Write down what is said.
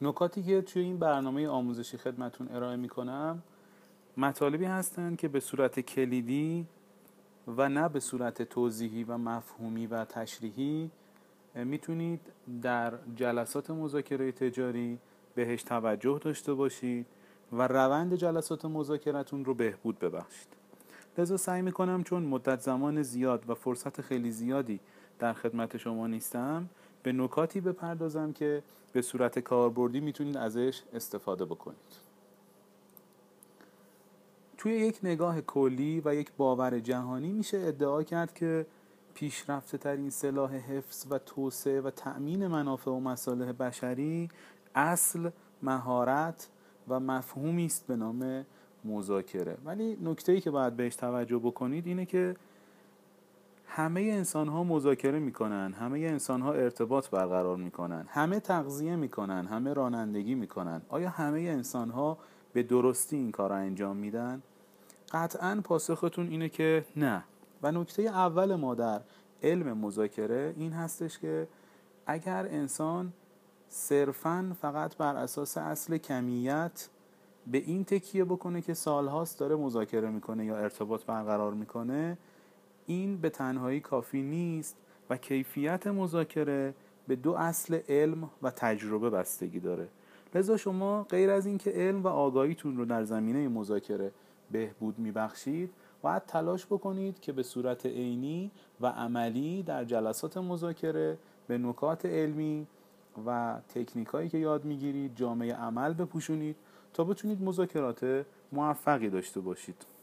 نکاتی که توی این برنامه آموزشی خدمتون ارائه میکنم مطالبی هستند که به صورت کلیدی و نه به صورت توضیحی و مفهومی و تشریحی میتونید در جلسات مذاکره تجاری بهش توجه داشته باشید و روند جلسات مذاکرتون رو بهبود ببخشید. لذا سعی میکنم چون مدت زمان زیاد و فرصت خیلی زیادی در خدمت شما نیستم به نکاتی بپردازم که به صورت کاربردی میتونید ازش استفاده بکنید. توی یک نگاه کلی و یک باور جهانی میشه ادعا کرد که پیشرفته ترین سلاح حفظ و توسعه و تأمین منافع و مصالح بشری اصل، مهارت و مفهومی است به نام مذاکره. ولی نکته‌ای که باید بهش توجه بکنید اینه که همه انسان ها مذاکره میکنن، همه انسان ها ارتباط برقرار میکنن، همه تغذیه میکنن، همه رانندگی میکنن. آیا همه انسان ها به درستی این کار را انجام میدن؟ قطعاً پاسختون اینه که نه. و نکته اول ما در علم مذاکره این هستش که اگر انسان صرفاً فقط بر اساس اصل کمیت به این تکیه بکنه که سالهاست داره مذاکره میکنه یا ارتباط برقرار میکنه، این به تنهایی کافی نیست و کیفیت مذاکره به دو اصل علم و تجربه بستگی داره. لذا شما غیر از این که علم و آگاهیتون رو در زمینه مذاکره بهبود میبخشید، باید تلاش بکنید که به صورت عینی و عملی در جلسات مذاکره به نکات علمی و تکنیکایی که یاد میگیرید جامعه عمل بپوشونید تا بتونید مذاکرات موفقی داشته باشید.